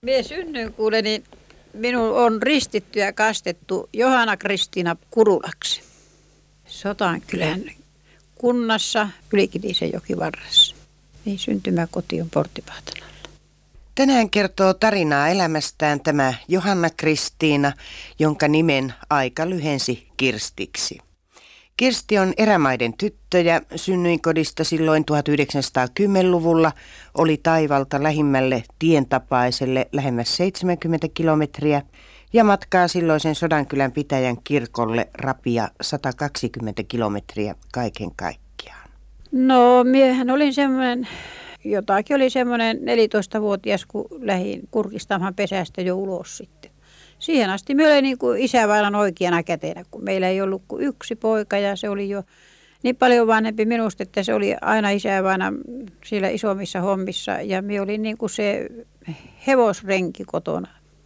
Mie synnyin kuule, niin minun on ristitty ja kastettu Johanna Kristiina Kurulaksi. Sotankylän kunnassa Ylikitisen jokivarressa. Niin syntymäkoti on Porttipahtanalla. Tänään kertoo tarinaa elämästään tämä Johanna Kristiina, jonka nimen aika lyhensi Kirstiksi. Kirsti on erämaiden tyttö ja synnyinkodista silloin 1910-luvulla oli taivalta lähimmälle tientapaiselle lähemmäs 70 kilometriä ja matkaa silloisen Sodankylän pitäjän kirkolle rapia 120 kilometriä kaiken kaikkiaan. No miehän olin semmoinen, jotakin oli semmoinen 14-vuotias, kun lähdin kurkistamaan pesästä jo ulos sitten. Siihen asti me oli niin kuin isävainan oikeana kätenä, kun meillä ei ollut kuin yksi poika ja se oli jo niin paljon vanhempi minusta, että se oli aina isävaina siellä isommissa hommissa ja me olin niin kuin se hevosrenki kotona.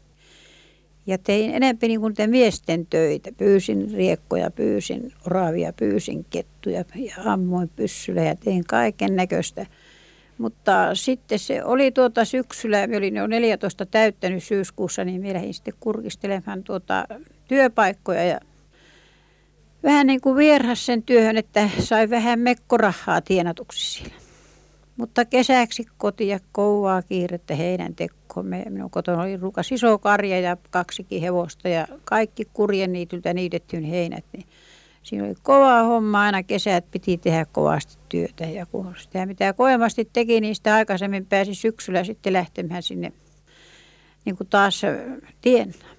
Ja tein enemmän niin kuin miesten töitä. Pyysin riekkoja, pyysin oravia, pyysin kettuja ja ammoin pyssyllä ja tein kaiken näköistä. Mutta sitten se oli syksyllä, minä olin jo 14 täyttänyt syyskuussa, niin minä lähdin sitten kurkistelemaan työpaikkoja ja vähän niin kuin vierhas sen työhön, että sai vähän mekkorahaa tienatuksi siellä. Mutta kesäksi kotia kovaa kiirettä heinäntekoon. Minun kotona oli ruukas iso karja ja 2 hevosta ja kaikki kurjeniityltä niidettyyn heinät, niin siinä oli kovaa homma, aina kesät piti tehdä kovasti työtä ja kun sitä mitä kovasti teki, niin sitä aikaisemmin pääsi syksyllä sitten lähtemään sinne niin kuin taas tienaan.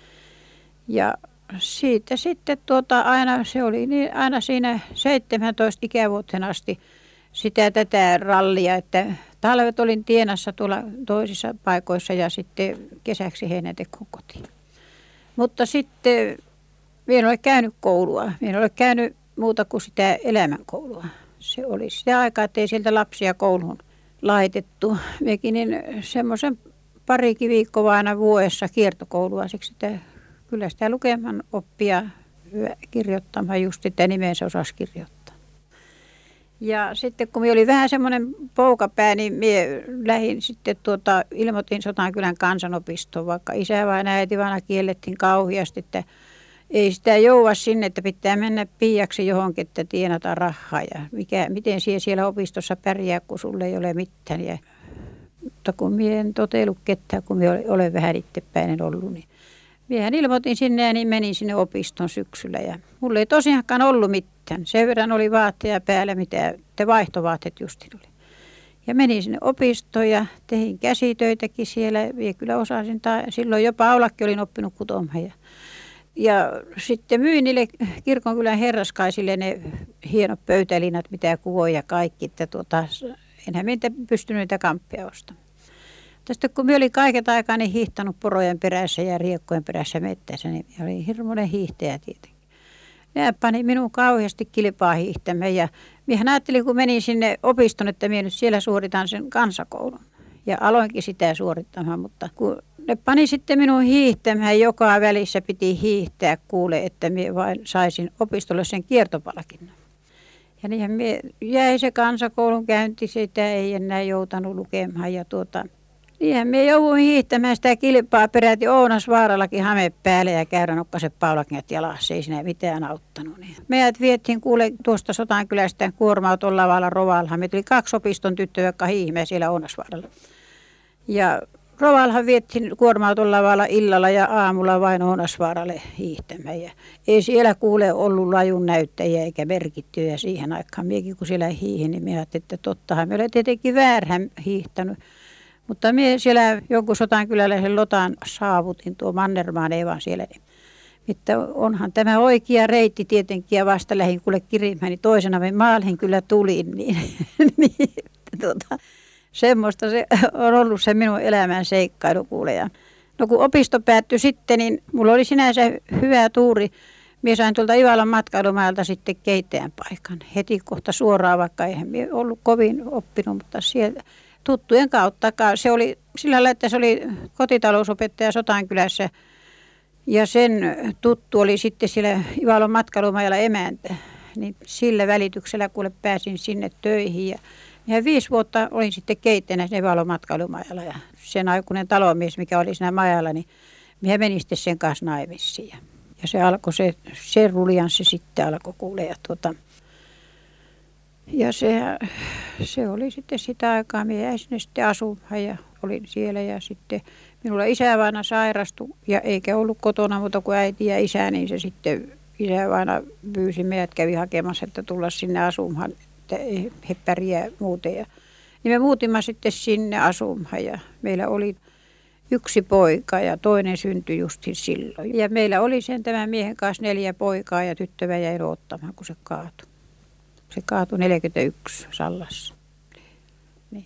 Ja siitä sitten aina se oli niin aina siinä 17 ikävuoteen asti sitä tätä rallia, että talvet olin tienassa tuolla toisissa paikoissa ja sitten kesäksi heinäntekoon kotiin. Mutta sitten minä en ole käynyt koulua. Minä en ole käynyt muuta kuin sitä elämänkoulua. Se oli sitä aikaa, että ei sieltä lapsia kouluun laitettu. Minäkin semmoisen parikin viikkoa aina vuodessa kiertokoulua. Siksi kyllä sitä lukemaan oppia kirjoittamaan just sitä nimensä osasi kirjoittaa. Ja sitten kun minä olin vähän semmoinen poukapää, niin minä lähdin sitten ilmoitin Sodankylän kansanopistoon, vaikka isä vai äiti vaina kiellettiin kauheasti, että ei sitä jouda sinne, että pitää mennä piiaksi johonkin, että tienataan rahaa ja miten siellä opistossa pärjää, kun sulle ei ole mitään. Mutta kun minä en totellut ketään, kun minä olen vähän itsepäinen ollut, niin minähän ilmoitin sinne ja niin menin sinne opiston syksyllä ja mulla ei tosiaankaan ollut mitään. Sen verran oli vaatteja päällä, mitä vaihtovaatteet justin oli. Ja menin sinne opistoon ja tein käsitöitäkin siellä. Ja kyllä osasin, silloin jopa aulakin olin oppinut kutomaan. Ja sitten myin niille kirkonkylän herraskaisille ne hienot pöytäliinat, mitä kuvoi ja kaikki. Että enhän minä pystynyt niitä kamppia ostamaan. Tästä kun minä olin kaiket aikaa niin hiihtänyt porojen perässä ja riekkojen perässä mettässä, niin minä olin hirmuinen hiihtäjä tietenkin. Ne pani minun kauheasti kilpaa hiihtämään ja minä ajattelin, kun menin sinne opistoon, että minä nyt siellä suoritan sen kansakoulun. Ja aloinkin sitä suorittamaan, mutta kun ne pani sitten minun hiihtämään, joka välissä piti hiihtää kuule, että minä vain saisin opistolle sen kiertopalkinnon. Ja niinhän minä jäi se kansakoulun käynti, sitä ei enää joutanut lukemaan ja niinhän minä jouduin hiihtämään sitä kilpaa peräti Ounasvaarallakin hame päälle ja käyränokkaset paulakinnat jalassa, ei siinä mitään auttanut. Niin. Meidät vietiin kuule tuosta Sodankylästä kuorma-auton lavalla Rovalhaan. Meitä oli 2 opiston tyttöä, jotka hiihmää siellä Ounasvaaralla. Ja Rovalhaan viettiin kuorma-auton lavalla illalla ja aamulla vain Ounasvaaralle hiihtämään. Ja ei siellä kuule ollut lajun näyttäjiä eikä merkittyjä siihen aikaan. Minäkin kun siellä hiihin, niin minä ajattelin, että tottahan me olen tietenkin väärhän hiihtänyt. Mutta minä siellä jonkun Sodankyläläisen lotan saavutin, tuo Mannermaan Eevan siellä. Että onhan tämä oikea reitti tietenkin ja vasta lähdin kuule kirimään, niin toisena me maaliin kyllä tulin. Semmoista se on ollut se minun elämän seikkailu kuule. No kun opisto päättyi sitten, niin mulla oli sinänsä hyvä tuuri. Minä sain tuolta Ivalon matkailumailta sitten keittäjän paikan heti kohta suoraan, vaikka eihän minä ollut kovin oppinut, mutta siellä tuttujen kautta. Se oli sillä lailla, että se oli kotitalousopettaja Sodankylässä ja sen tuttu oli sitten siellä Ivalon matkailumajalla emäntä. Niin sillä välityksellä kuule pääsin sinne töihin ja Ja 5 vuotta olin sitten keittäjänä Nevalon matkailumajalla ja sen aikuinen talomies, mikä oli siinä majalla, niin minä menin sitten sen kanssa naimisiin. Ja se alkoi se ruljanssi sitten alkoi kuulee. Ja se oli sitten sitä aikaa, minä jäin sinne sitten asumaan ja olin siellä ja sitten minulla isävaina sairastui ja eikä ollut kotona muuta kuin äiti ja isä, niin se sitten isävaina pyysi meidät, kävi hakemassa, että tulla sinne asumaan, että he pärjää muuten. Niin me muutimme sitten sinne asumaan ja meillä oli 1 poika ja toinen syntyi justiin silloin. Ja meillä oli sen tämän miehen kanssa 4 poikaa ja tyttö jäi odottamaan, kun se kaatui. Se kaatui 41 Sallassa. Niin.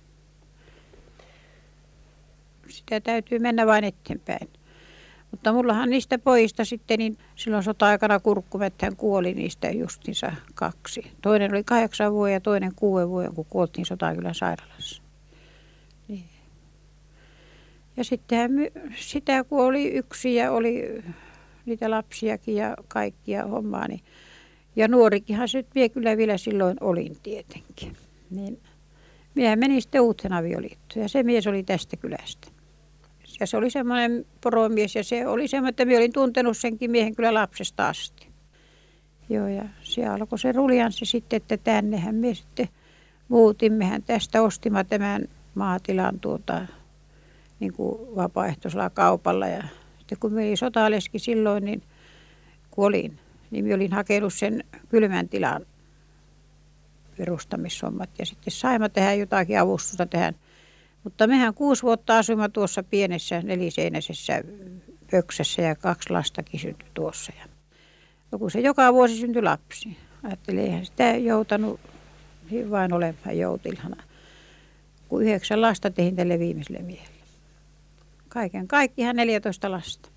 Sitä täytyy mennä vain eteenpäin. Mutta mullahan niistä pojista sitten, niin silloin sota-aikana kurkkumettähän kuoli niistä justinsa 2. Toinen oli 8 vuoden ja toinen 6 vuoden, kun kuoltiin Sotakylän sairaalassa. Niin. Ja sittenhän sitä, kun oli yksi ja oli niitä lapsiakin ja kaikkia hommaa, niin ja nuorikinhan se minä kyllä vielä silloin olin tietenkin. Niin minä menin sitten uuteen avioliittoon ja se mies oli tästä kylästä. Ja se oli semmoinen poromies ja se oli semmoinen, että minä olin tuntenut senkin miehen kyllä lapsesta asti. Joo ja se alkoi se ruljanssi sitten, että tännehän me sitten muutimmehän tästä ostimme tämän maatilan niin kuin vapaaehtoisella kaupalla. Ja sitten kun minä olin sotaleski silloin, niin kun olin, niin minä olin hakenut sen kylmän tilan perustamishommat ja sitten saimme tehdä jotakin avustusta tähän. Mutta mehän 6 vuotta asuimme tuossa pienessä 4-seinäisessä pöksässä ja 2 lastakin syntyi tuossa. Ja kun se joka vuosi syntyi lapsi, ajattelin, eihän sitä joutanut vain olemaan joutilhana. Kun 9 lasta tein tälle viimeiselle miehelle. Kaiken kaikkihan 14 lasta.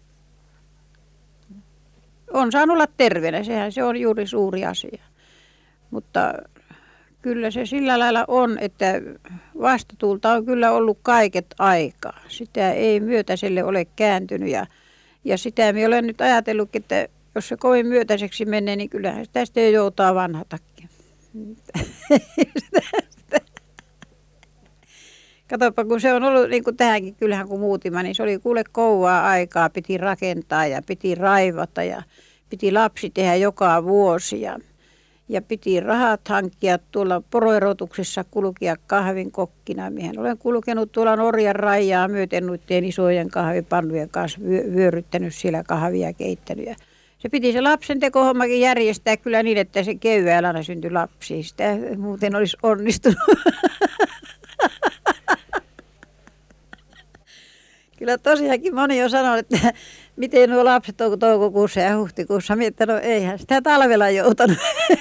On saanut olla terveenä, sehän se on juuri suuri asia. Mutta kyllä se sillä lailla on, että vastatuulta on kyllä ollut kaiket aikaa. Sitä ei myötäiselle ole kääntynyt ja sitä minä olen nyt ajatellutkin, että jos se kovin myötäiseksi menee, niin kyllähän sitä sitten joutaa vanhatakin. Katsopa, kun se on ollut niin kuin tähänkin kyllähän kun muutimme, niin se oli kuule kovaa aikaa. Piti rakentaa ja piti raivata ja piti lapsi tehdä joka vuosi ja piti rahat hankkia tuolla poroerotuksessa kulkia kahvin kokkina. Mihän olen kulkenut tuolla Norjan rajaa myöten noiden isojen kahvipannujen kanssa vyöryttänyt siellä kahvia keittänyt. Ja se piti se lapsen tekohommakin järjestää kyllä niin, että se keväällä aina syntyi lapsi. Sitä muuten olisi onnistunut. Kyllä tosiaankin moni on sanonut, että miten nuo lapset on toukokuussa ja huhtikuussa. Minä, että no eihän sitä talvella joutanut.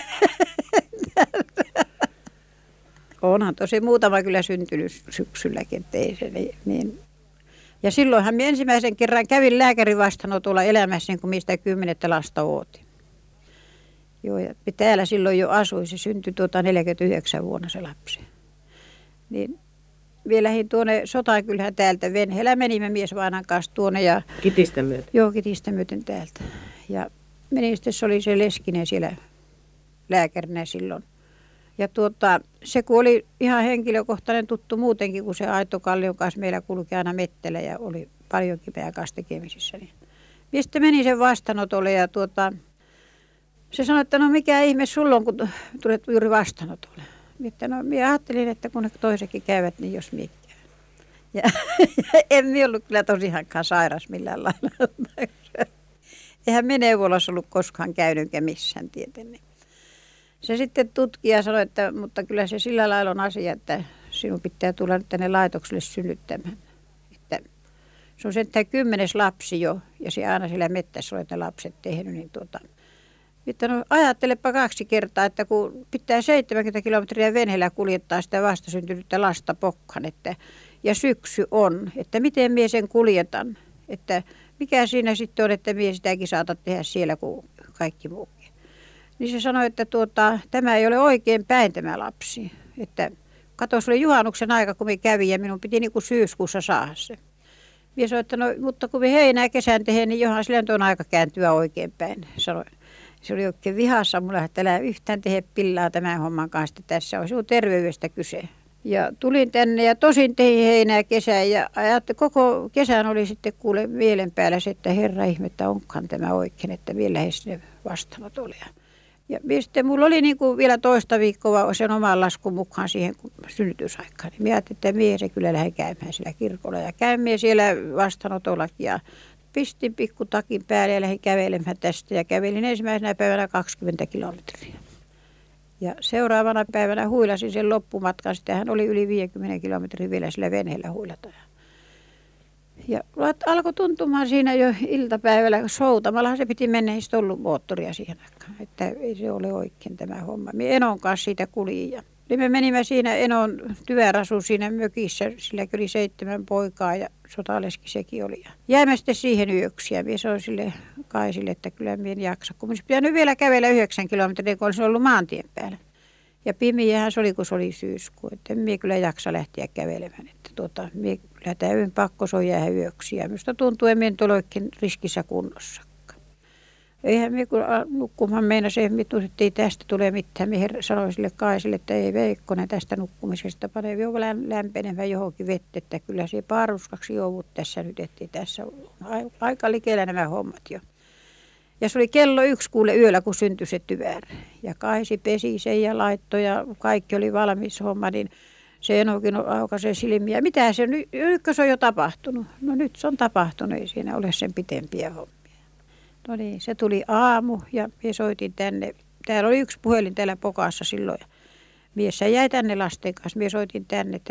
Onhan tosi muutama kyllä syntynyt syksylläkin, ettei se niin. Ja silloinhan minä ensimmäisen kerran kävin lääkärin vastaanotolla elämässä, kun mistä 10 lasta ootin. Joo, ja täällä silloin jo asui, se syntyi 49 vuonna se lapsi. Niin vielä lähdin tuonne Sotakylään täältä Venheellä. Menimme miesvainan kanssa tuonne. Ja Kitistä myöten? Joo, Kitistä myöten täältä. Ja menin sitten, se oli se Leskinen siellä lääkärinä silloin. Ja se kun oli ihan henkilökohtainen tuttu muutenkin, kun se Aito Kallion kanssa meillä kulki aina mettellä ja oli paljonkin meidän kanssa tekemisissä. Niin minä sitten menin sen vastaanotolle ja se sanoi, että no mikä ihme sulla on, kun tulet juuri vastaanotolle. Minä ajattelin, että kun ne toisetkin käyvät, niin jos minä käyn. Ja en minä ollut kyllä tosiaankaan sairas millään lailla. Eihän me neuvolassa ollut koskaan käynytkään missään tietenkin. Se sitten tutkija sanoi, että mutta kyllä se sillä lailla on asia, että sinun pitää tulla nyt tänne laitokselle synnyttämään. Että se on sentään 10. lapsi jo ja se aina siellä mettässä olet ne lapset tehnyt, niin että no ajattelepa 2 kertaa, että kun pitää 70 kilometriä Venheellä kuljettaa sitä vastasyntynyttä lasta pokkaan, ja syksy on, että miten minä sen kuljetan, että mikä siinä sitten on, että minä sitäkin saata tehdä siellä kuin kaikki muukin. Niin se sanoi, että tämä ei ole oikein päin tämä lapsi, että kato, se oli juhannuksen aika, kun minä kävin ja minun piti niin kuin syyskuussa saada se. Minä sanoin, että no, mutta kun me heinää kesän tehden, niin johan sillä on aika kääntyä oikein päin, sanoin. Se oli oikein vihassa mulla, että älä yhtään tehdä pillaa tämän homman kanssa, että tässä on sinun terveydestä kyse. Ja tulin tänne ja tosin tein heinää kesän ja koko kesän oli sitten kuule mielen päällä se, että herra ihme, että onkohan tämä oikein, että vielä lähes sinne vastaanotolle. Ja sitten mulla oli niin kuin vielä toista viikkoa sen oman laskun mukaan siihen synnytysaikaan. Niin minä ajattelin, että minä se kyllä lähden käymään siellä kirkolla. Ja käyn siellä vastaanotollakin ja pistin pikkutakin päälle ja lähdin kävelemään tästä. Ja kävelin ensimmäisenä päivänä 20 kilometriä. Ja seuraavana päivänä huilasin sen loppumatkan. Sitähän oli yli 50 kilometriä vielä sillä veneellä huilata. Ja alkoi tuntumaan siinä jo iltapäivällä soutamalla. Se piti mennä, ei ollut moottoria siihen aikaan. Että ei se ole oikein tämä homma. Minä Enon kanssa siitä kuljin. Ja me menimme siinä Enon työrasuun siinä mökissä. Sillä oli 7 poikaa ja sotaleski sekin oli. Ja jäimme sitten siihen yöksi. Ja minä sanoin sille Kaisille, että kyllä minä en jaksa. Kun minä pitänyt vielä kävellä 9 kilometriä, kun olisi ollut maantien päällä. Ja pimiähän se oli, kun se oli syyskuu. Että en minä kyllä jaksa lähteä kävelemään. Että minä kyllä täyden pakko se on jäädä yöksi. Ja minusta tuntuu, että minä nyt ole oikein riskissä kunnossakaan. Eihän minä kun nukkumaan meinasi, että ei tästä tule mitään. Minä sanoin sille Kaisille, että ei Veikkonen tästä nukkumisesta. Pane jo lämpenemään johonkin vettä, että kyllä se paruskaksi joudut tässä nyt. Että tässä on aika likellä nämä hommat jo. Ja se oli kello 1 kuule yöllä, kun syntyi se tyvärä. Ja Kaisi pesi sen ja laittoi ja kaikki oli valmis homma, niin se Enokin aukaisee silmiä. Mitä se nyt se on jo tapahtunut? No nyt se on tapahtunut, ei siinä ole sen pitempiä hommia. No niin, se tuli aamu ja minä soitin tänne. Täällä oli yksi puhelin täällä Pokassa silloin. Mies jäi tänne lasten kanssa. Minä soitin tänne, että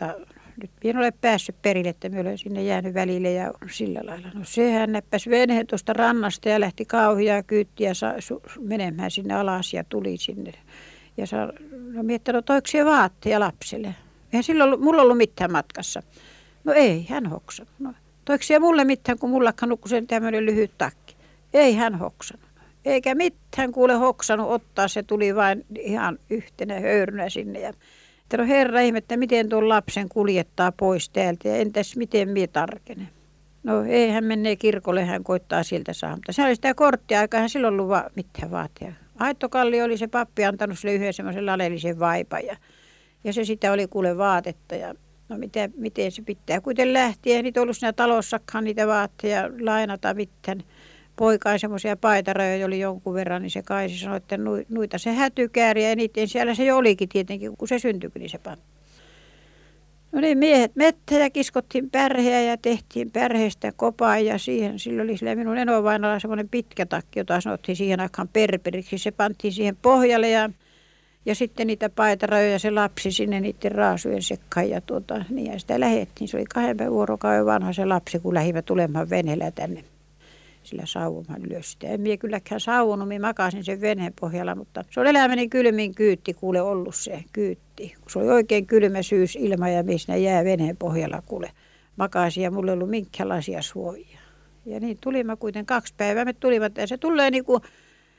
nyt minä en ole päässyt perille, että minä olen sinne jäänyt välille ja sillä lailla. No sehän näppäsi veneen tuosta rannasta ja lähti kauhiaa kyyttiä menemään sinne alas ja tuli sinne. Ja no miettä, no toiko se vaatteja lapselle? Eihän silloin mulla ollut mitään matkassa. No ei, hän hoksannut. No, toiko se mulle mitään, kun mullakaan nukkui sen tämmöinen lyhyt takki? Ei hän hoksannut. Eikä mitään kuule hoksannut ottaa, se tuli vain ihan yhtenä höyrynä sinne. Ja että no herra ihme, että miten tuon lapsen kuljettaa pois täältä ja entäs miten minä tarkenen. No ei hän menee kirkolle, hän koittaa sieltä saada. Mutta se oli sitä korttia-aikaa, hän silloin ollut mitään vaatia. Aittokalli oli se pappi antanut sille yhden semmoisen lalellisen vaipan ja se sitä oli kuule vaatetta ja no miten se pitää. Kuiten lähti, ei niitä ollut siinä talossakaan niitä vaatteja lainata mitään. Poikaan semmoisia paitarajoja oli jonkun verran, niin se Kaisi sanoi, että nuita se hätykääriä ja niiden siellä se jo olikin tietenkin, kun se syntyikin, niin se pani. No niin, miehet mettä ja kiskottiin pärheä ja tehtiin pärheistä kopaa ja siihen, sillä oli sillä minun enovainalla semmoinen pitkä takki, jota sanottiin siihen aikaan perperiksi. Se pantiin siihen pohjalle ja sitten niitä paitarajoja se lapsi sinne niiden raasujen sekkaan ja niin ja sitä lähdettiin. Se oli 2 vuorokauden vanha se lapsi, kun lähdivät tulemaan veneellä tänne. Sillä sauvomaan ylös sitä. En minä kylläkään sauvunut, minä makasin sen veneen pohjalla, mutta se oli elämäni kylmin kyytti, kuule ollut se kyytti. Kun se oli oikein kylmä syysilma ja minä siinä jää veneen pohjalla kuule makasin ja mulla ei ollut minkäänlaisia suojia. Ja niin tulimme kuitenkin 2 päivää, me tulivat ja se tulee niin kuin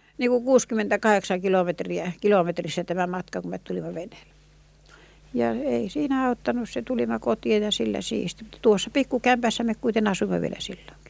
68 kilometrissä tämä matka, kun me tulimme veneellä. Ja ei siinä auttanut, se tulimme kotiin ja sillä siisti. Mutta tuossa pikkukämpässä me kuitenkin asuimme vielä silloin.